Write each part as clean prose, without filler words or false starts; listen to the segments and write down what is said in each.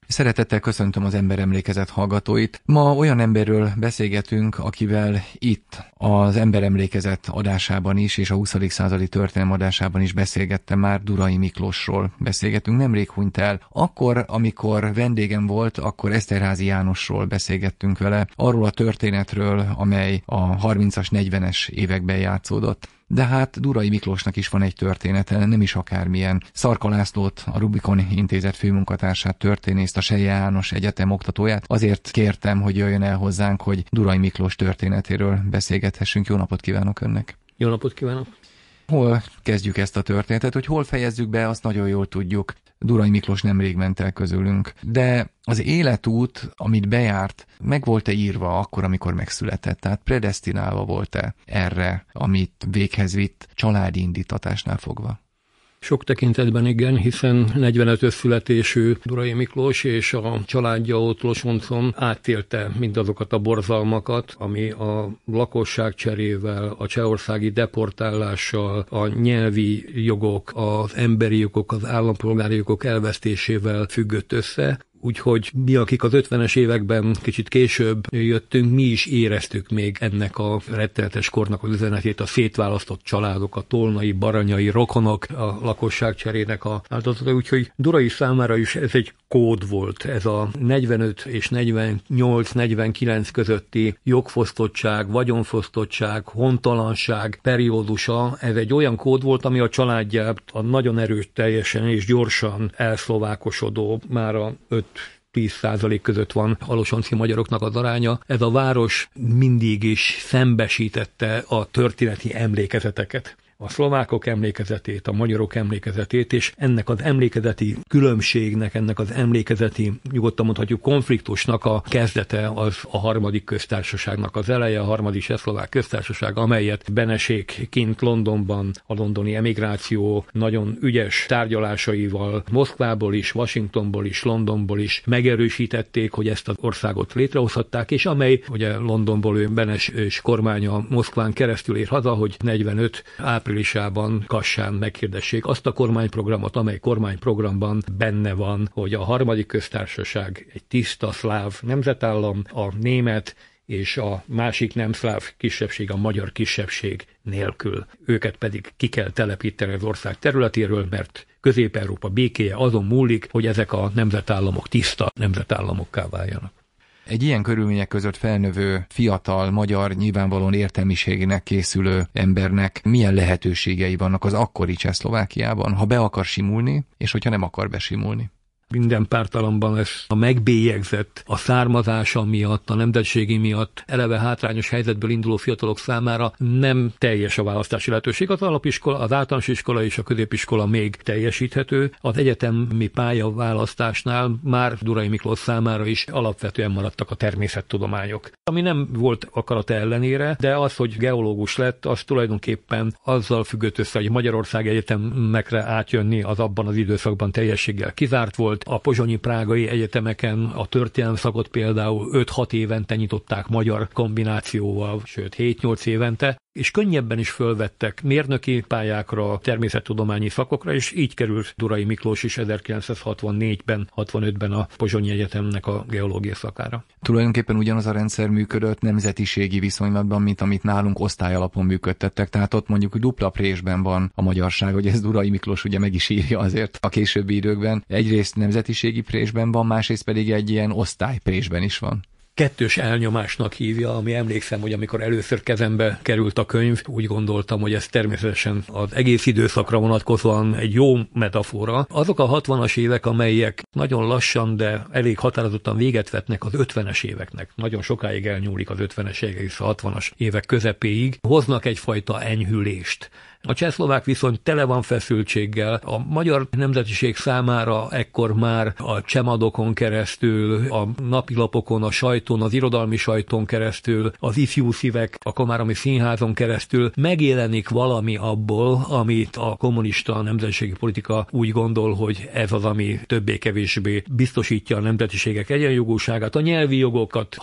Szeretettel köszöntöm az Emberemlékezet hallgatóit. Ma olyan emberről beszélgetünk, akivel itt az Emberemlékezet adásában is, és a 20. századi történelem adásában is beszélgettem már, Durai Miklósról beszélgetünk. Nemrég hunyt el. Akkor, amikor vendégem volt, akkor Eszterházy Jánosról beszélgettünk vele, arról a történetről, amely a 30-as, 40-es években játszódott. De hát Durai Miklósnak is van egy története, nem is akármilyen. Szarka Lászlót, a Rubikon Intézet főmunkatársát, történészt, a Selye János Egyetem oktatóját azért kértem, hogy jöjjön el hozzánk, hogy Durai Miklós történetéről beszélgethessünk. Jó napot kívánok önnek! Jó napot kívánok! Hol kezdjük ezt a történetet, hogy hol fejezzük be, azt nagyon jól tudjuk. Durai Miklós nemrég ment el közülünk. De az életút, amit bejárt, meg volt-e írva akkor, amikor megszületett? Tehát predesztinálva volt-e erre, amit véghez vitt családi indítatásnál fogva? Sok tekintetben igen, hiszen 45-ös születésű Durai Miklós és a családja ott Losoncon átélte mindazokat a borzalmakat, ami a lakosság cserével, a csehországi deportálással, a nyelvi jogok, az emberi jogok, az állampolgári jogok elvesztésével függött össze. Úgyhogy mi, akik az 50-es években kicsit később jöttünk, mi is éreztük még ennek a rettenetes kornak az üzenetét, a szétválasztott családok, a tolnai, baranyai rokonok, a lakosságcserének a áldozata. Úgyhogy Durai számára is ez egy kód volt. Ez a 45 és 48-49 közötti jogfosztottság, vagyonfosztottság, hontalanság periódusa, ez egy olyan kód volt, ami a családját a nagyon erőteljesen és gyorsan elszlovákosodó, már a 5-10% között van a losonci magyaroknak az aránya. Ez a város mindig is szembesítette a történeti emlékezeteket. A szlovákok emlékezetét, a magyarok emlékezetét, és ennek az emlékezeti különbségnek, ennek az emlékezeti, nyugodtan mondhatjuk, konfliktusnak a kezdete az a harmadik köztársaságnak az eleje, a harmadik csehszlovák köztársaság, amelyet Benesék kint Londonban, a londoni emigráció nagyon ügyes tárgyalásaival Moszkvából is, Washingtonból is, Londonból is megerősítették, hogy ezt az országot létrehozhatták, és amely, ugye Londonból ő Benes és kormánya Moszkván keresztül ér haza, hogy 45 áprilisában Kassán meghirdessék azt a kormányprogramot, amely kormányprogramban benne van, hogy a harmadik köztársaság egy tiszta szláv nemzetállam, a német és a másik nem szláv kisebbség, a magyar kisebbség nélkül. Őket pedig ki kell telepíteni az ország területéről, mert Közép-Európa békéje azon múlik, hogy ezek a nemzetállamok tiszta nemzetállamokká váljanak. Egy ilyen körülmények között felnövő, fiatal, magyar, nyilvánvalóan értelmiségének készülő embernek milyen lehetőségei vannak az akkori Csehszlovákiában, ha be akar simulni, és hogyha nem akar besimulni? Minden párttalomban ez a megbélyegzett, a származása miatt, a nemzetségi miatt eleve hátrányos helyzetből induló fiatalok számára nem teljes a választási lehetőség. Az alapiskola, az általános iskola és a középiskola még teljesíthető. Az egyetemi pályaválasztásnál már Durai Miklós számára is alapvetően maradtak a természettudományok. Ami nem volt akarata ellenére, de az, hogy geológus lett, az tulajdonképpen azzal függött össze, hogy Magyarország egyetemekre átjönni az abban az időszakban teljességgel kizárt volt. A pozsonyi prágai egyetemeken a történelem szakot például 5-6 évente nyitották magyar kombinációval, sőt 7-8 évente, és könnyebben is fölvettek mérnöki pályákra, természettudományi szakokra, és így került Durai Miklós is 1964-ben, 65-ben a Pozsonyi Egyetemnek a geológia szakára. Tulajdonképpen ugyanaz a rendszer működött nemzetiségi viszonylatban, mint amit nálunk osztályalapon működtettek, tehát ott mondjuk dupla présben van a magyarság, hogy ez Durai Miklós ugye meg is írja azért a későbbi időkben. Egyrészt nemzetiségi présben van, másrészt pedig egy ilyen osztályprésben is van. Kettős elnyomásnak hívja, ami emlékszem, hogy amikor először kezembe került a könyv, úgy gondoltam, hogy ez természetesen az egész időszakra vonatkozóan egy jó metafora. Azok a 60-as évek, amelyek nagyon lassan, de elég határozottan véget vetnek az 50-es éveknek, nagyon sokáig elnyúlik az 50-es évek és a 60-as évek közepéig, hoznak egyfajta enyhülést. A csehszlovák viszony tele van feszültséggel. A magyar nemzetiség számára ekkor már a csemadokon keresztül, a napilapokon, a sajtó sajtón, az irodalmi sajtón keresztül, az ifjú szívek, a Komáromi Színházon keresztül megjelenik valami abból, amit a kommunista nemzetiségi politika úgy gondol, hogy ez az, ami többé-kevésbé biztosítja a nemzetiségek egyenjogúságát. A nyelvi jogokat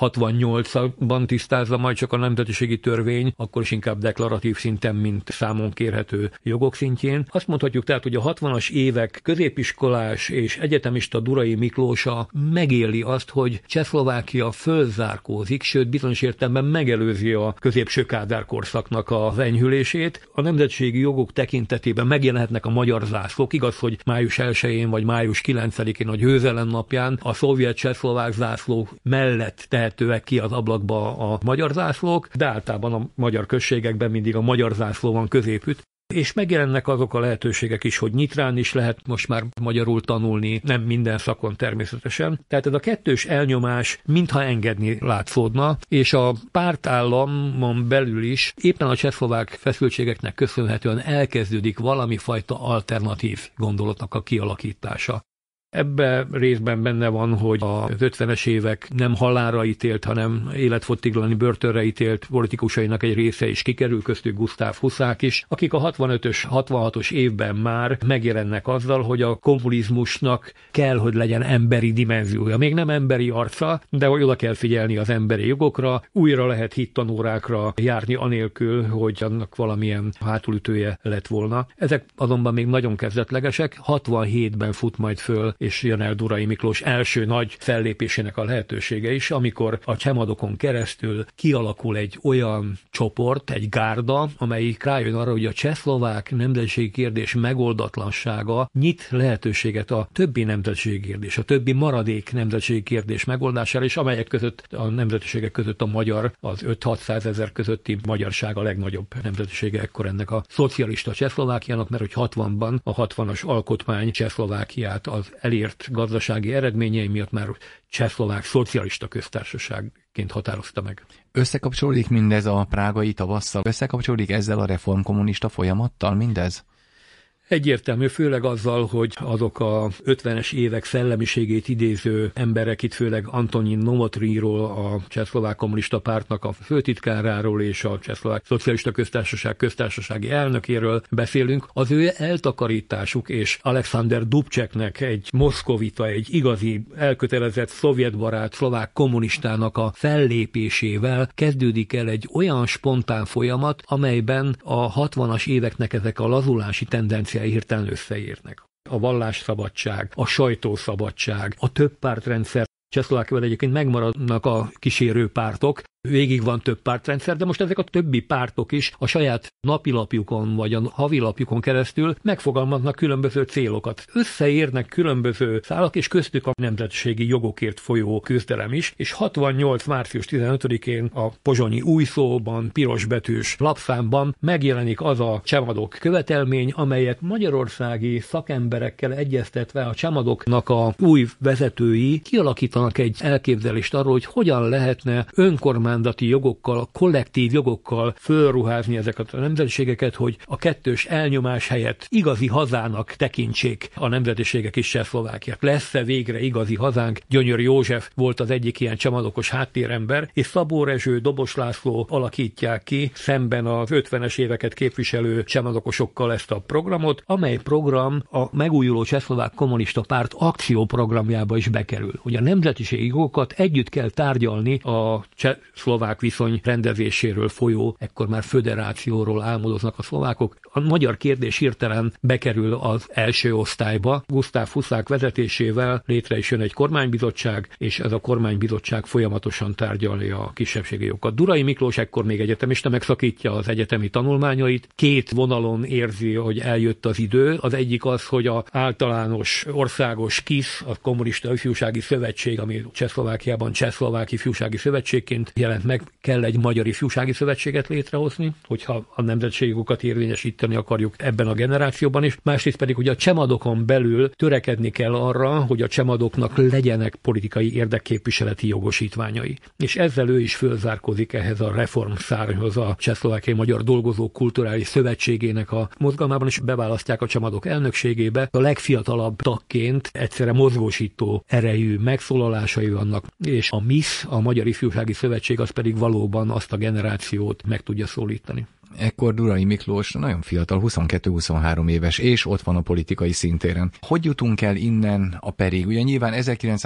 68-ban tisztázza majd csak a nemzetiségi törvény, akkor is inkább deklaratív szinten, mint számon kérhető jogok szintjén. Azt mondhatjuk tehát, hogy a 60-as évek középiskolás és egyetemista Durai Miklósa megéli azt, hogy Csehszlovákia fölzárkózik, sőt bizonyos értelemben megelőzi a középső Kádár korszaknak az enyhülését. A nemzetiségi jogok tekintetében megjelenhetnek a magyar zászlók. Igaz, hogy május 1-én vagy május 9-én, a győzelem napján a szovjet csehszlovák zászlók mellett tehetőek ki az ablakba a magyar zászlók, de általában a magyar községekben mindig a magyar zászló van középütt. És megjelennek azok a lehetőségek is, hogy nyitrán is lehet most már magyarul tanulni, nem minden szakon természetesen. Tehát ez a kettős elnyomás mintha engedni látszódna, és a pártállamon belül is éppen a csehszlovák feszültségeknek köszönhetően elkezdődik valami fajta alternatív gondolatnak a kialakítása. Ebben részben benne van, hogy az 50-es évek nem halálra ítélt, hanem életfogytiglani börtönre ítélt politikusainak egy része is kikerül, köztük Gusztáv Huszák is, akik a 65-ös, 66-os évben már megjelennek azzal, hogy a kommunizmusnak kell, hogy legyen emberi dimenziója. Még nem emberi arca, de hogy oda kell figyelni az emberi jogokra, újra lehet hittanórákra járni anélkül, hogy annak valamilyen hátulütője lett volna. Ezek azonban még nagyon kezdetlegesek, 67-ben fut majd föl és jön el Durai Miklós első nagy fellépésének a lehetősége is, amikor a csemadokon keresztül kialakul egy olyan csoport, egy gárda, amelyik rájön arra, hogy a csehszlovák nemzetiségi kérdés megoldatlansága nyit lehetőséget a többi nemzetiségi kérdés, a többi maradék nemzetiségi kérdés megoldására, és amelyek között a nemzetiségek között a magyar, az 5-600 ezer közötti magyarság a legnagyobb nemzetisége ekkor ennek a szocialista Csehszlovákiának, mert hogy 60-ban a 60-as alkotmány Csehszlovákiát az elért gazdasági eredményei miatt már Csehszlovák szocialista köztársaságként határozta meg. Összekapcsolódik mindez a prágai tavasszal? Összekapcsolódik ezzel a reformkommunista folyamattal mindez? Egyértelmű, főleg azzal, hogy azok a 50-es évek szellemiségét idéző emberek, itt főleg Antonín Novotnyról, a Csehszlovák Kommunista Pártnak a főtitkáráról és a Csehszlovák Szocialista Köztársaság köztársasági elnökéről beszélünk, az ő eltakarításuk és Alexander Dubčeknek egy moszkovita, egy igazi elkötelezett szovjetbarát szlovák kommunistának a fellépésével kezdődik el egy olyan spontán folyamat, amelyben a 60-as éveknek ezek a lazulási tendenciái hirtelen összeérnek. A vallásszabadság, a sajtószabadság, a többpártrendszer. Csehszlovákiában egyébként megmaradnak a kísérő pártok, végig van több pártrendszer, de most ezek a többi pártok is a saját napilapjukon vagy a havilapjukon keresztül megfogalmaznak különböző célokat. Összeérnek különböző szálak, és köztük a nemzetiségi jogokért folyó küzdelem is, és 68. március 15-én a pozsonyi Új Szóban, pirosbetűs lapszámban megjelenik az a csemadok követelmény, amelyet magyarországi szakemberekkel egyeztetve a csemadoknak a új vezetői kialakítanak egy elképzelést arról, hogy hogyan lehetne önkormányzati jogokkal, kollektív jogokkal fölruházni ezeket a nemzetiségeket, hogy a kettős elnyomás helyett igazi hazának tekintsék a nemzetiségek is Csehszlovákiát. Lesz-e végre igazi hazánk? Gyönyör József volt az egyik ilyen csemadokos háttérember, és Szabó Rezső, Dobos László alakítják ki szemben az 50-es éveket képviselő csemadokosokkal ezt a programot, amely program a megújuló Csehszlovák Kommunista Párt akcióprogramjába is bekerül. Hogy a nemzetiségi jogokat együtt kell tárgyalni a cseh-szlovák viszony rendezéséről folyó, ekkor már föderációról álmodoznak a szlovákok. A magyar kérdés hirtelen bekerül az első osztályba. Gusztáv Huszák vezetésével létre is jön egy kormánybizottság, és ez a kormánybizottság folyamatosan tárgyalja a kisebbségi jogokat. Durai Miklós ekkor még egyetemista, megszakítja az egyetemi tanulmányait. Két vonalon érzi, hogy eljött az idő. Az egyik az, hogy az általános országos KISZ, a Kommunista Ifjúsági Szövetség, ami Csehszlovákiában Csehszlovák Ifjúsági Szövetségként jelent jelent meg, kell egy magyar ifjúsági szövetséget létrehozni, hogyha a nemzetségi jogokat érvényesíteni akarjuk ebben a generációban is. Másrészt pedig, hogy a csemadokon belül törekedni kell arra, hogy a csemadoknak legyenek politikai érdekképviseleti jogosítványai. És ezzel ő is fölzárkózik ehhez a reformszárnyhoz, a Csehszlovákiai Magyar Dolgozók Kulturális Szövetségének a mozgalmában, és beválasztják a csemadok elnökségébe. A legfiatalabb tagként egyszerre mozgósító erejű megszólalásai vannak, és a MISZ, a Magyar Ifjúsági Szövetség, az pedig valóban azt a generációt meg tudja szólítani. Ekkor Durai Miklós nagyon fiatal, 22-23 éves, és ott van a politikai szintéren. Hogy jutunk el innen a perig? Ugye nyilván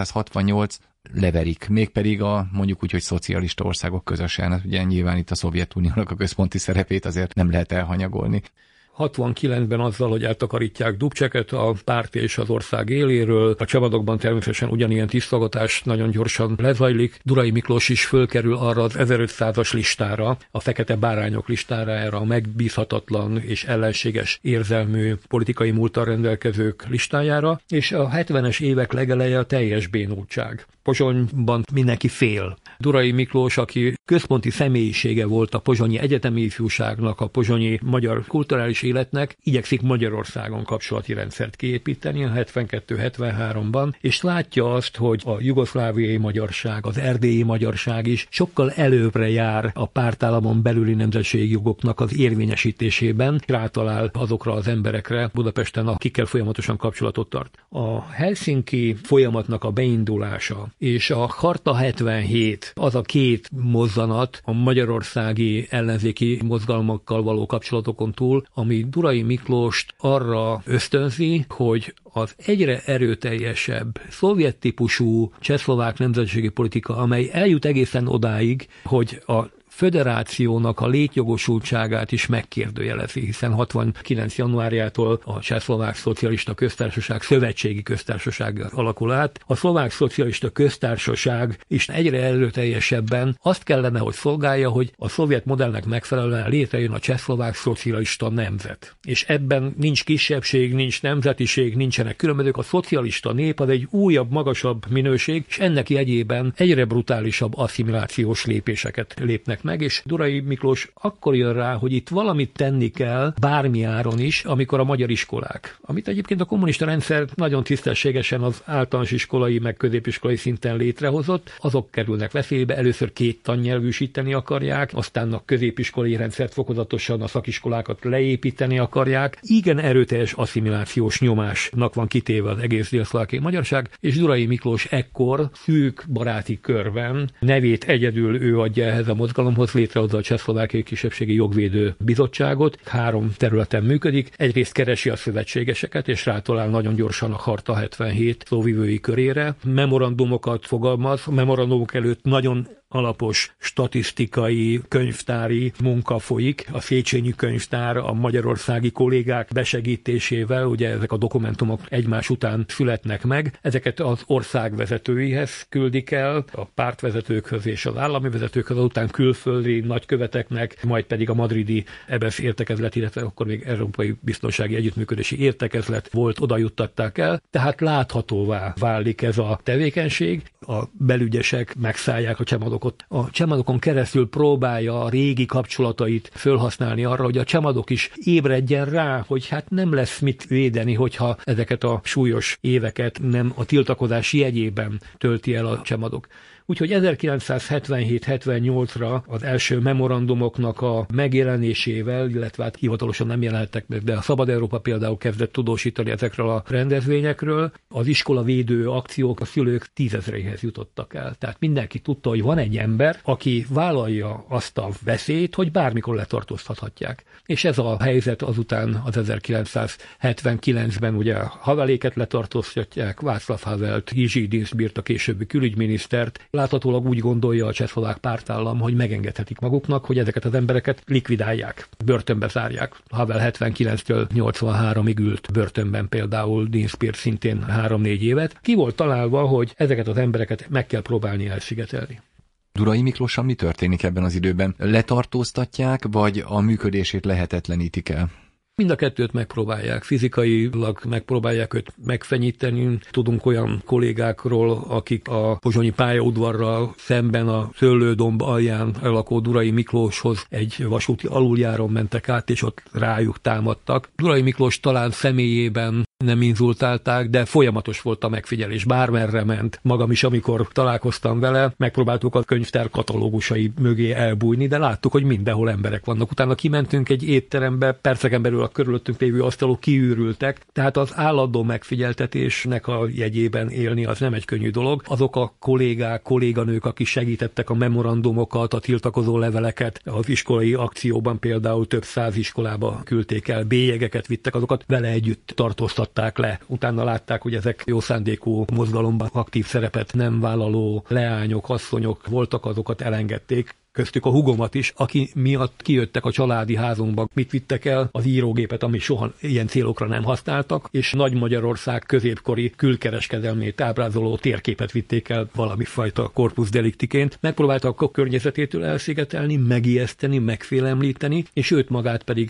1968 leverik, mégpedig mondjuk úgy, hogy szocialista országok közösen. Ugye nyilván itt a Szovjetuniónak a központi szerepét azért nem lehet elhanyagolni. 69-ben azzal, hogy eltakarítják Dubčeket a párt és az ország éléről. A csemadokban természetesen ugyanilyen tisztogatás nagyon gyorsan lezajlik. Durai Miklós is fölkerül arra az 1500-as listára, a fekete bárányok listára, erre a megbízhatatlan és ellenséges érzelmű politikai múlttal rendelkezők listájára, és a 70-es évek legeleje a teljes bénultság. Pozsonyban mindenki fél. Durai Miklós, aki központi személyisége volt a pozsonyi egyetemi ifjúságnak, a pozsonyi magyar kulturális életnek, igyekszik Magyarországon kapcsolati rendszert kiépíteni a 72-73-ban, és látja azt, hogy a jugoszláviai magyarság, az erdélyi magyarság is sokkal előbbre jár a pártállamon belüli nemzetségi jogoknak az érvényesítésében, rátalál azokra az emberekre Budapesten, akikkel folyamatosan kapcsolatot tart. A Helsinki folyamatnak a beindulása és a Charta 77, az a két mozzanat a magyarországi ellenzéki mozgalmakkal való kapcsolatokon túl, ami Durai Miklóst arra ösztönzi, hogy az egyre erőteljesebb szovjet típusú csehszlovák nemzetségi politika, amely eljut egészen odáig, hogy a föderációnak a létjogosultságát is megkérdőjelezi, hiszen 69. januárjától a Csehszlovák Szocialista Köztársaság szövetségi köztársaság alakul át. A Szlovák Szocialista Köztársaság is egyre erőteljesebben azt kellene, hogy szolgálja, hogy a szovjet modellnek megfelelően létrejön a Csehszlovák Szocialista Nemzet. És ebben nincs kisebbség, nincs nemzetiség, nincsenek különbözők. A szocialista nép az egy újabb, magasabb minőség, és ennek jegyében egyre brutálisabb asszimilációs lépéseket lépnek meg, és Durai Miklós akkor jön rá, hogy itt valamit tenni kell bármi áron is, amikor a magyar iskolák, amit egyébként a kommunista rendszer nagyon tisztességesen az általános iskolai meg középiskolai szinten létrehozott, azok kerülnek veszélybe, először 2 tannyelvűsíteni akarják, aztán a középiskolai rendszert fokozatosan, a szakiskolákat leépíteni akarják. Igen erőteljes asszimilációs nyomásnak van kitéve az egész délszlovákiai magyarság, és Durai Miklós ekkor szűk baráti körben nevét egyedül ő adja ehhez a mozgalomhoz, létrehozza a Csehszlovákiai Kisebbségi Jogvédő Bizottságot. 3 területen működik. Egyrészt keresi a szövetségeseket, és rátalál nagyon gyorsan a Charta 77 szóvivői körére. Memorandumokat fogalmaz, memorandumok előtt nagyon alapos statisztikai, könyvtári munka folyik. A Széchenyi könyvtár a magyarországi kollégák besegítésével, ugye ezek a dokumentumok egymás után születnek meg. Ezeket az ország vezetőihez küldik el, a pártvezetőkhöz és az állami vezetőkhöz, azután külföldi nagyköveteknek, majd pedig a madridi EBESZ értekezlet, illetve akkor még Európai Biztonsági Együttműködési Értekezlet volt, oda juttatták el. Tehát láthatóvá válik ez a tevékenység. A belügyesek megszállják a csemadokot. A csemadokon keresztül próbálja a régi kapcsolatait fölhasználni arra, hogy a csemadok is ébredjen rá, hogy hát nem lesz mit védeni, hogyha ezeket a súlyos éveket nem a tiltakozás jegyében tölti el a csemadok. Úgyhogy 1977-78-ra az első memorandumoknak a megjelenésével, illetve hát hivatalosan nem jelenhettek meg, de a Szabad Európa például kezdett tudósítani ezekről a rendezvényekről. Az iskolavédő akciók a szülők 10 000-hez jutottak el. Tehát mindenki tudta, hogy van egy ember, aki vállalja azt a veszélyt, hogy bármikor letartóztathatják. És ez a helyzet azután az 1979-ben ugye Haveléket letartóztatják, Václav Havelt, Jiří Dienstbiert, a későbbi külügyminisztert. Láthatólag úgy gondolja a csehszlovák pártállam, hogy megengedhetik maguknak, hogy ezeket az embereket likvidálják, börtönbe zárják. Havel 79-től 83-ig ült börtönben, például Dienstbiert szintén 3-4 évet. Ki volt találva, hogy ezeket az embereket meg kell próbálni elszigetelni. Durai Miklóssal mi történik ebben az időben? Letartóztatják, vagy a működését lehetetlenítik el? Mind a kettőt megpróbálják, fizikailag megpróbálják őt megfenyíteni. Tudunk olyan kollégákról, akik a pozsonyi pályaudvarral szemben a Szőlődomb alján lakó Durai Miklóshoz egy vasúti aluljáron mentek át, és ott rájuk támadtak. Durai Miklós talán személyében nem inzultálták, de folyamatos volt a megfigyelés, bármerre ment. Magam is, amikor találkoztam vele, megpróbáltuk a könyvtár katalógusai mögé elbújni, de láttuk, hogy mindenhol emberek vannak. Utána kimentünk egy étterembe, perceken belül a körülöttünk lévő asztalok kiürültek, tehát az állandó megfigyeltetésnek a jegyében élni az nem egy könnyű dolog. Azok a kollégák, kolléganők, akik segítettek a memorandumokat, a tiltakozó leveleket, az iskolai akcióban például több 100 iskolába küldték el, bélyegeket vittek, azokat vele együtt tartóztatták le. Utána látták, hogy ezek jó szándékú mozgalomban aktív szerepet nem vállaló leányok, asszonyok voltak, azokat elengedték. Köztük a húgomat is, aki miatt kijöttek a családi házunkba. Mit vittek el? Az írógépet, amit soha ilyen célokra nem használtak, és Nagy-Magyarország középkori külkereskedelmét ábrázoló térképet vitték el valami fajta corpus delictiként. Megpróbáltak a környezetétől elszigetelni, megijeszteni, megfélemlíteni, és őt magát pedig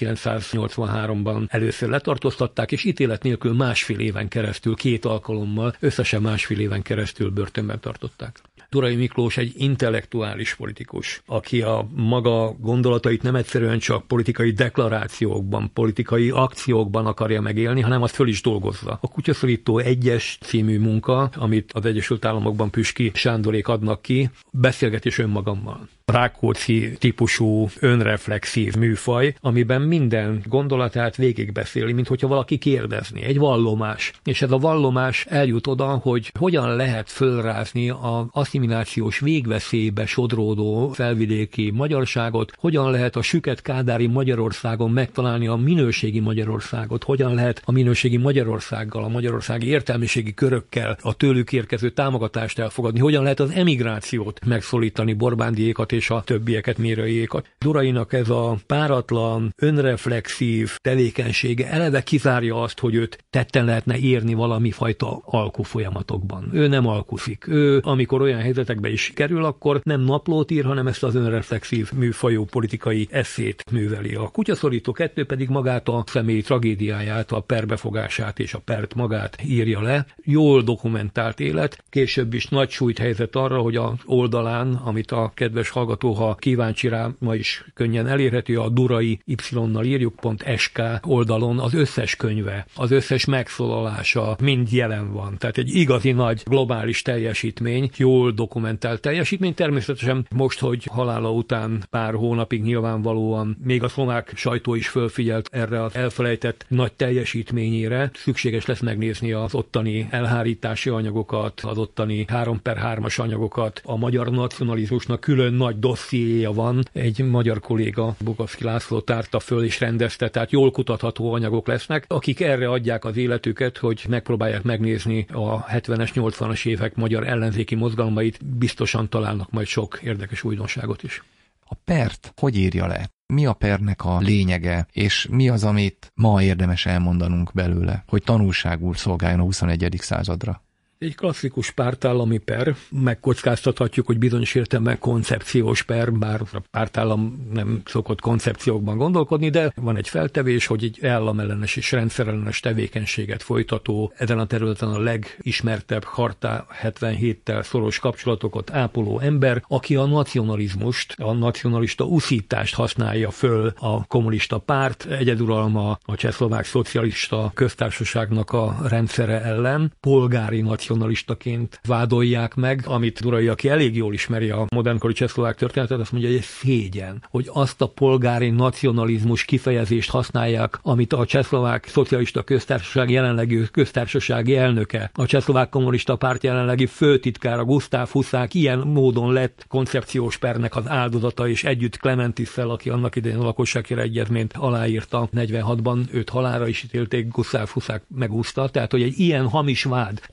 1983-ban először letartóztatták, és ítélet nélkül másfél éven keresztül, 2 alkalommal, összesen másfél éven keresztül börtönben tartották. Durai Miklós egy intellektuális politikus, aki a maga gondolatait nem egyszerűen csak politikai deklarációkban, politikai akciókban akarja megélni, hanem azt föl is dolgozza. A Kutyaszorító 1-es című munka, amit az Egyesült Államokban Püski Sándorék adnak ki, beszélgetés önmagammal. Rákóczi típusú önreflexív műfaj, amiben minden gondolatát végigbeszéli, mint hogyha valaki kérdezni. Egy vallomás. És ez a vallomás eljut oda, hogy hogyan lehet fölrázni az asszimilációs végveszélybe sodródó felvidéki magyarságot, hogyan lehet a süket kádári Magyarországon megtalálni a minőségi Magyarországot, hogyan lehet a minőségi Magyarországgal, a magyarországi értelmiségi körökkel a tőlük érkező támogatást elfogadni, hogyan lehet az emigrációt megszólítani, Borbándiékat és a többieket, Mérőjékat. Durainak ez a páratlan, önreflexív tevékenysége eleve kizárja azt, hogy őt tetten lehetne érni valami fajta alkufolyamatokban. Ő nem alkuszik. Ő, amikor olyan helyzetekbe is kerül, akkor nem naplót ír, hanem ezt az önreflexív műfajú politikai eszét műveli. A Kutyaszorító 2 pedig magát a személyi tragédiáját, a perbefogását és a pert magát írja le. Jól dokumentált élet, később is nagy súlyt helyezett arra, hogy az oldalán, amit a kedves hallgató, ha kíváncsi rá, ma is könnyen elérhető, a Durai y-nal írjuk.sk oldalon az összes könyve, az összes megszólalása mind jelen van. Tehát egy igazi nagy globális teljesítmény, jól dokumentált teljesítmény. Természetesen most, hogy halála után pár hónapig nyilvánvalóan még a szlovák sajtó is fölfigyelt erre az elfelejtett nagy teljesítményére, szükséges lesz megnézni az ottani elhárítási anyagokat, az ottani 3/3-as anyagokat, a magyar nacionalizmusnak külön nagy dossziéja van, egy magyar kolléga, Bukovszky László tárta föl és rendezte, tehát jól kutatható anyagok lesznek, akik erre adják az életüket, hogy megpróbálják megnézni a 70-es, 80-as évek magyar ellenzéki mozgalmait, biztosan találnak majd sok érdekes újdonságot is. A pert hogy írja le? Mi a pernek a lényege, és mi az, amit ma érdemes elmondanunk belőle, hogy tanulságul szolgáljon a 21. századra? Egy klasszikus pártállami per, megkockáztathatjuk, hogy bizonyos értelemben koncepciós per, bár a pártállam nem szokott koncepciókban gondolkodni, de van egy feltevés, hogy egy államellenes és rendszerellenes tevékenységet folytató, ezen a területen a legismertebb Charta 77-tel szoros kapcsolatokat ápoló ember, aki a nacionalizmust, a nacionalista uszítást használja föl a kommunista párt, egyeduralma a csehszlovák szocialista köztársaságnak a rendszere ellen, polgári nacionalistaként vádolják meg, amit Durai, aki elég jól ismeri a modernkori csehszlovák történetet, azt mondja, hogy egy szégyen, hogy azt a polgári nacionalizmus kifejezést használják, amit a csehszlovák szocialista köztársaság jelenlegi köztársasági elnöke, a csehszlovák kommunista párt jelenlegi főtitkára Gusztáv Huszák ilyen módon lett koncepciós pernek az áldozata, és együtt Klementisszel, aki annak idején a lakossági egyezményt aláírta 46-ban, őt halálra is ítélték, Gusztáv Huszák megúszta, tehát hogy egy ilyen hamis vád, hogy az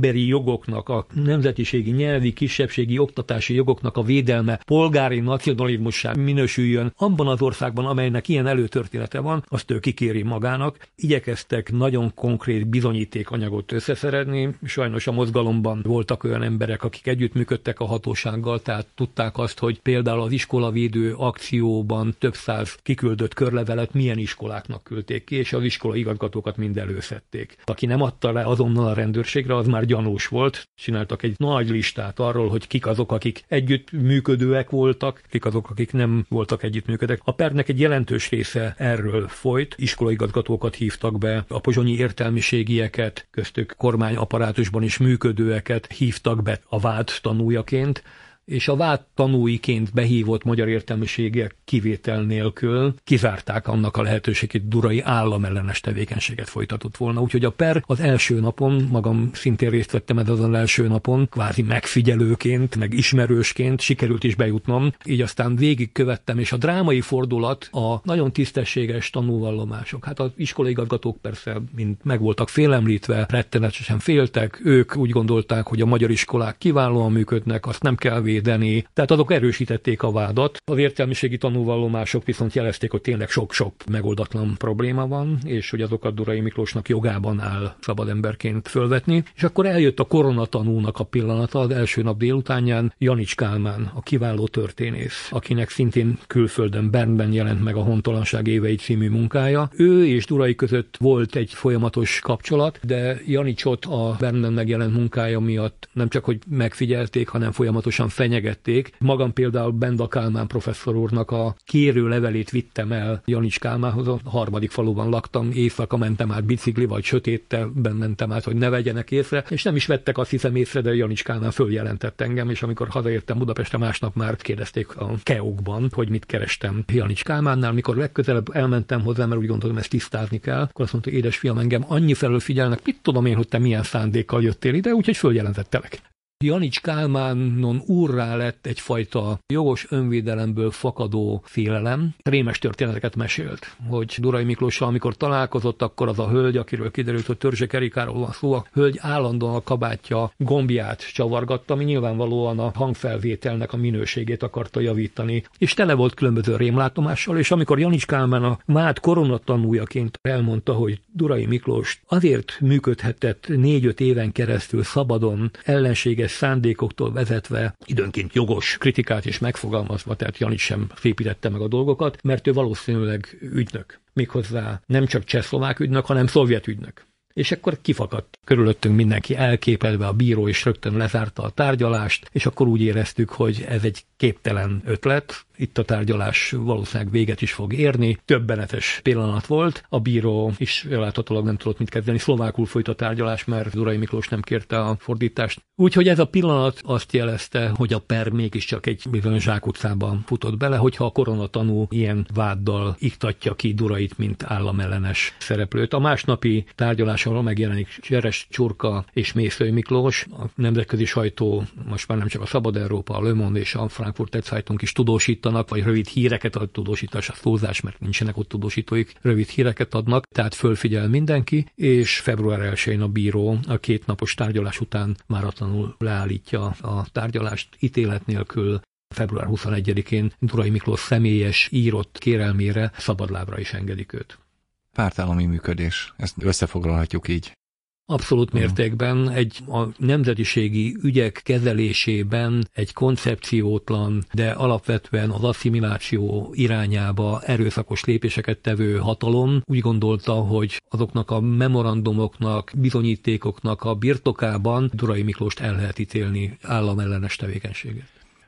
emberi jogoknak, a nemzetiségi, nyelvi, kisebbségi, oktatási jogoknak a védelme polgári nacionalizmussá minősüljön abban az országban, amelynek ilyen előtörténete van, azt ő kikéri magának. Igyekeztek nagyon konkrét bizonyítékanyagot összeszerezni. Sajnos a mozgalomban voltak olyan emberek, akik együttműködtek a hatósággal, tehát tudták azt, hogy például az iskolavédő akcióban több száz kiküldött körlevelet milyen iskoláknak küldték ki, és az iskola igazgatókat mind előszedték. Aki nem adta le azonnal a rendőrségre, az már gyanús volt. Csináltak egy nagy listát arról, hogy kik azok, akik együttműködőek voltak, kik azok, akik nem voltak együttműködőek. A pernek egy jelentős része erről folyt. Iskolaigazgatókat hívtak be, a pozsonyi értelmiségieket, köztük kormányapparátusban is működőeket hívtak be a vád tanújaként, és a vád tanúiként behívott magyar értelmiségek kivétel nélkül kizárták annak a lehetőségét, Durai államellenes tevékenységet folytatott volna. Úgyhogy a per az első napon, magam szintén részt vettem ezen az első napon, kvázi megfigyelőként, meg ismerősként sikerült is bejutnom, így aztán végigkövettem, és a drámai fordulat a nagyon tisztességes tanúvallomások. Hát az iskolaigazgatók persze mind meg voltak félemlítve, rettenetesen féltek, ők úgy gondolták, hogy a magyar iskolák kiválóan működnek, azt nem kell védeni. Tehát azok erősítették a vádat. Az értelmiségi tanúvallomások viszont jelezték, hogy tényleg sok-sok megoldatlan probléma van, és hogy azokat Durai Miklósnak jogában áll szabad emberként fölvetni. És akkor eljött a koronatanúnak a pillanata, az első nap délutánján Janics Kálmán, a kiváló történész, akinek szintén külföldön, Bernben jelent meg a Hontalanság évei című munkája. Ő és Durai között volt egy folyamatos kapcsolat, de Janicsot a Bernben megjelent munkája miatt nem csak hogy megfigyelték, hanem folyamatosan fenyegették. Magam például Benda Kálmán professzor úrnak a kérő levelét vittem el Janics Kálmánhoz, a harmadik faluban laktam, éjszaka mentem át bicikli, vagy sötétben mentem át, hogy ne vegyenek észre, és nem is vettek, azt hiszem, észre, de Janics Kálmán följelentett engem, és amikor hazaértem Budapestre, másnap már kérdezték a Keokban, hogy mit kerestem Janics Kálmánnál. Mikor legközelebb elmentem hozzá, mert úgy gondoltam, ezt tisztázni kell, akkor azt mondta, édesfiam, engem annyi felől figyelnek, mit tudom én, hogy te milyen szándékkal jöttél ide, úgyhogy följelentettelek. Janics Kálmánon úrrá lett egyfajta jogos önvédelemből fakadó félelem. Rémes történeteket mesélt, hogy Durai Miklóssal, amikor találkozott, akkor az a hölgy, akiről kiderült, hogy Törzsek Erikáról van szó, a hölgy állandóan a kabátja gombját csavargatta, ami nyilvánvalóan a hangfelvételnek a minőségét akarta javítani. És tele volt különböző rémlátomással, és amikor Janics Kálmán a vád koronatanújaként elmondta, hogy Durai Miklós azért működhetett 4-5 éven keresztül szabadon, ellenséges szándékoktól vezetve, időnként jogos kritikát is megfogalmazva, tehát Janics sem szépítette meg a dolgokat, mert ő valószínűleg ügynök. Méghozzá nem csak csehszlovák ügynök, hanem szovjet ügynök. És akkor kifakadt körülöttünk mindenki elképedve, a bíró is rögtön lezárta a tárgyalást, és akkor úgy éreztük, hogy ez egy képtelen ötlet, itt a tárgyalás valószínűleg véget is fog érni. Többenetes pillanat volt, a bíró is láthatólag nem tudott mit kezdeni, szlovákul folyt a tárgyalás, mert Durai Miklós nem kérte a fordítást. Úgyhogy ez a pillanat azt jelezte, hogy a per mégiscsak egy bizonyos zsákutcában futott bele, hogyha a koronatanú ilyen váddal iktatja ki Durait, mint államellenes szereplőt. A másnapi tárgyaláson megjelenik Seres Csurka és Mészöly Miklós. A nemzetközi sajtó, most már nem csak a Szabad Európa, a Le Monde és a Frankfurter Zeitung is tudósítanak, vagy rövid híreket ad, tudósítás a szózás, mert nincsenek ott tudósítóik, rövid híreket adnak, tehát fölfigyel mindenki, és február 1-én a bíró a 2 napos tárgyalás után váratlanul leállítja a tárgyalást ítélet nélkül. Február 21-én Durai Miklós személyes írott kérelmére szabadlábra is engedik őt. Pártállami működés, ezt összefoglalhatjuk így. Abszolút mértékben a nemzetiségi ügyek kezelésében egy koncepciótlan, de alapvetően az asszimiláció irányába erőszakos lépéseket tevő hatalom úgy gondolta, hogy azoknak a memorandumoknak, bizonyítékoknak a birtokában Durai Miklóst el lehet ítélni államellenes tevékenységet.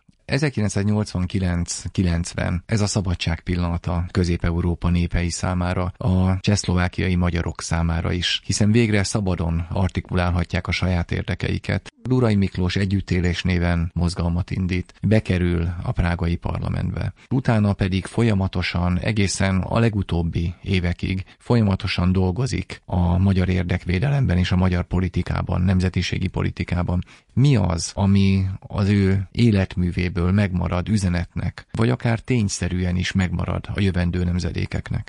1989-90 ez a szabadság pillanata Közép-Európa népei számára, a csehszlovákiai magyarok számára is, hiszen végre szabadon artikulálhatják a saját érdekeiket. Durai Miklós együttélés néven mozgalmat indít, bekerül a prágai parlamentbe. Utána pedig folyamatosan, egészen a legutóbbi évekig folyamatosan dolgozik a magyar érdekvédelemben és a magyar politikában, nemzetiségi politikában. Mi az, ami az ő életművéből megmarad üzenetnek, vagy akár tényszerűen is megmarad a jövendő nemzedékeknek?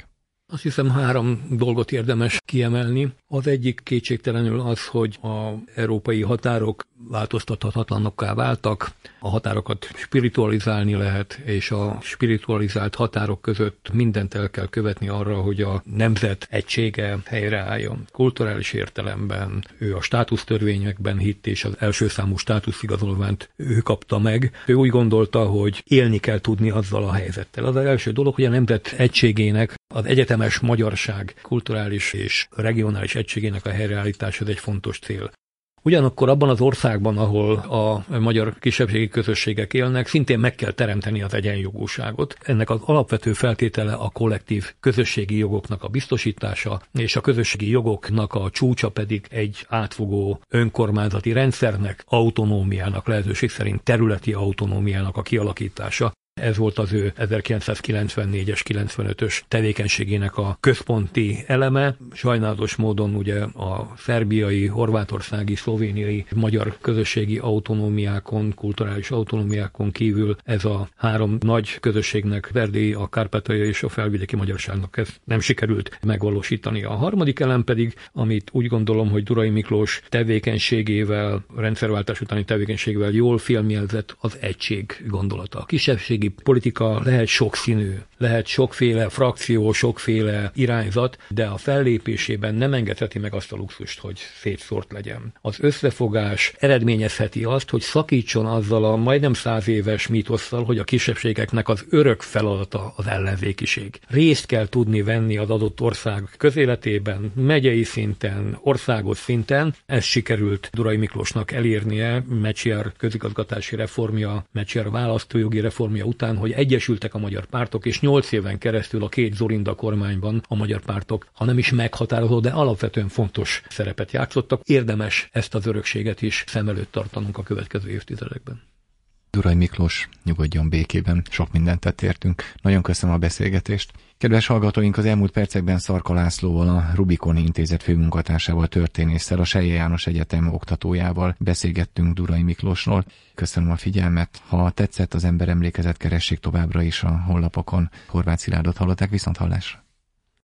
Azt hiszem 3 dolgot érdemes kiemelni. Az egyik kétségtelenül az, hogy az európai határok változtathatatlanokká váltak, a határokat spiritualizálni lehet, és a spiritualizált határok között mindent el kell követni arra, hogy a nemzet egysége helyreálljon. Kulturális értelemben ő a státusztörvényekben hitt, és az első számú státuszigazolványt ő kapta meg. Ő úgy gondolta, hogy élni kell tudni azzal a helyzettel. Az első dolog, hogy a nemzet egységének, az egyetemes magyarság kulturális és regionális egységének a helyreállítása egy fontos cél. Ugyanakkor abban az országban, ahol a magyar kisebbségi közösségek élnek, szintén meg kell teremteni az egyenjogúságot. Ennek az alapvető feltétele a kollektív közösségi jogoknak a biztosítása, és a közösségi jogoknak a csúcsa pedig egy átfogó önkormányzati rendszernek, autonómiának, lehetőség szerint területi autonómiának a kialakítása. Ez volt az ő 1994-es, 95-ös tevékenységének a központi eleme. Sajnálatos módon ugye a szerbiai, horvátországi, szlovéniai, magyar közösségi autonómiákon, kulturális autonómiákon kívül ez a 3 nagy közösségnek, erdélyi, a kárpátaljai és a felvidéki magyarságnak ezt nem sikerült megvalósítani. A harmadik elem pedig, amit úgy gondolom, hogy Durai Miklós tevékenységével, rendszerváltás utáni tevékenységével jól filmjelzett, az egység gondolata. A kisebbségi politika lehet sokszínű, lehet sokféle frakció, sokféle irányzat, de a fellépésében nem engedheti meg azt a luxust, hogy szétszórt legyen. Az összefogás eredményezheti azt, hogy szakítson azzal a majdnem 100 éves mítosszal, hogy a kisebbségeknek az örök feladata az ellenzékiség. Részt kell tudni venni az adott ország közéletében, megyei szinten, országos szinten. Ez sikerült Durai Miklósnak elérnie Mečiar közigazgatási reformja, Mečiar választójogi reformja után, hogy egyesültek a magyar pártok, és 8 éven keresztül a 2 Zorinda kormányban a magyar pártok, ha nem is meghatározó, de alapvetően fontos szerepet játszottak. Érdemes ezt az örökséget is szem előtt tartanunk a következő évtizedekben. Durai Miklós nyugodjon békében, sok mindent tettértünk. Nagyon köszönöm a beszélgetést. Kedves hallgatóink, az elmúlt percekben Szarka Lászlóval, a Rubikon Intézet főmunkatársával, történésszel, a Selye János Egyetem oktatójával beszélgettünk Durai Miklósról. Köszönöm a figyelmet. Ha tetszett az Emberemlékezet, keressék továbbra is a honlapokon. Horváth Szilárdot hallották, viszonthallásra.